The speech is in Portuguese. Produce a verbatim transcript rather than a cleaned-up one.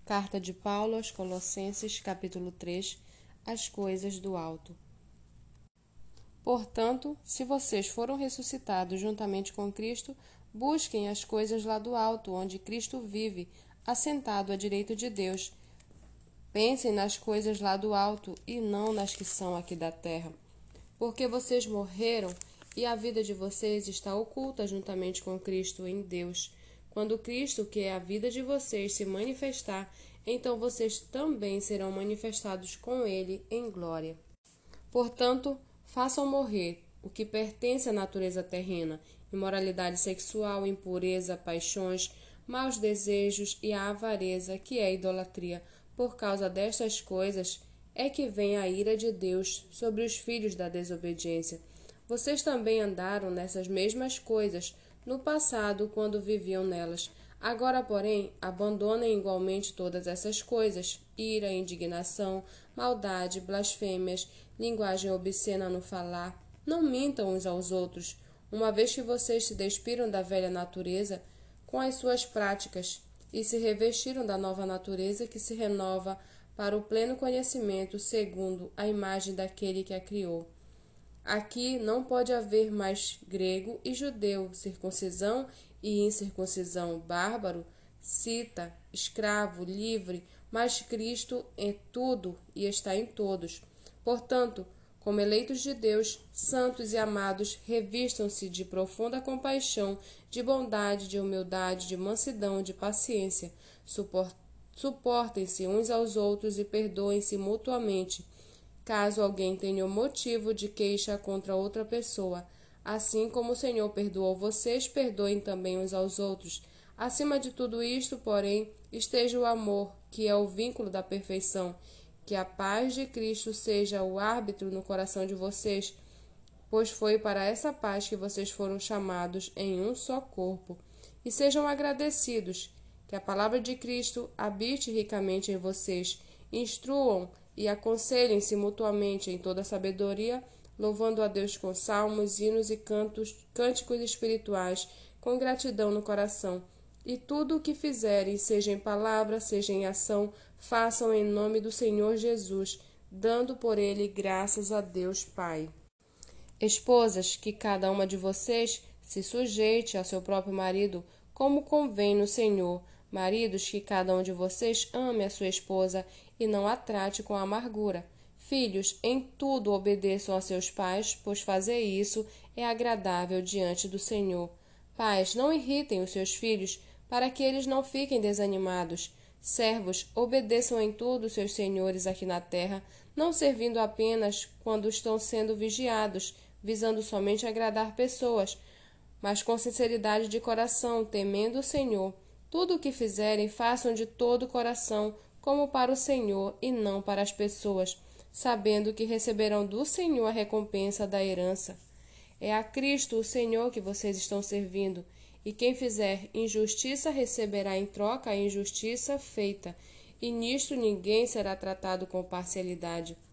Carta de Paulo aos Colossenses, capítulo três, As coisas do alto. Portanto, se vocês foram ressuscitados juntamente com Cristo, busquem as coisas lá do alto, onde Cristo vive, assentado à direita de Deus. Pensem nas coisas lá do alto e não nas que são aqui da terra. Porque vocês morreram e a vida de vocês está oculta juntamente com Cristo em Deus. Quando Cristo, que é a vida de vocês, se manifestar, então vocês também serão manifestados com Ele em glória. Portanto, façam morrer o que pertence à natureza terrena, imoralidade sexual, impureza, paixões, maus desejos e a avareza, que é a idolatria. Por causa destas coisas é que vem a ira de Deus sobre os filhos da desobediência. Vocês também andaram nessas mesmas coisas no passado, quando viviam nelas. Agora, porém, abandonem igualmente todas essas coisas: ira, indignação, maldade, blasfêmias, linguagem obscena no falar. Não mintam uns aos outros, uma vez que vocês se despiram da velha natureza com as suas práticas e se revestiram da nova natureza que se renova para o pleno conhecimento segundo a imagem daquele que a criou. Aqui não pode haver mais grego e judeu, circuncisão e incircuncisão, bárbaro, cita, escravo, livre, mas Cristo é tudo e está em todos. Portanto, como eleitos de Deus, santos e amados, revistam-se de profunda compaixão, de bondade, de humildade, de mansidão, de paciência. Suportem-se uns aos outros e perdoem-se mutuamente, caso alguém tenha motivo de queixa contra outra pessoa. Assim como o Senhor perdoou vocês, perdoem também uns aos outros. Acima de tudo isto, porém, esteja o amor, que é o vínculo da perfeição. Que a paz de Cristo seja o árbitro no coração de vocês, pois foi para essa paz que vocês foram chamados em um só corpo. E sejam agradecidos. Que a palavra de Cristo habite ricamente em vocês. Instruam e aconselhem-se mutuamente em toda sabedoria, louvando a Deus com salmos, hinos e cantos, cânticos espirituais, com gratidão no coração. E tudo o que fizerem, seja em palavra, seja em ação, façam em nome do Senhor Jesus, dando por ele graças a Deus Pai. Esposas, que cada uma de vocês se sujeite ao seu próprio marido, como convém no Senhor. Maridos, que cada um de vocês ame a sua esposa e não a trate com amargura. Filhos, em tudo obedeçam a seus pais, pois fazer isso é agradável diante do Senhor. Pais, não irritem os seus filhos, para que eles não fiquem desanimados. Servos, obedeçam em tudo os seus senhores aqui na terra, não servindo apenas quando estão sendo vigiados, visando somente agradar pessoas, mas com sinceridade de coração, temendo o Senhor. Tudo o que fizerem, façam de todo o coração, como para o Senhor e não para as pessoas, sabendo que receberão do Senhor a recompensa da herança. É a Cristo, o Senhor, que vocês estão servindo, e quem fizer injustiça receberá em troca a injustiça feita, e nisto ninguém será tratado com parcialidade.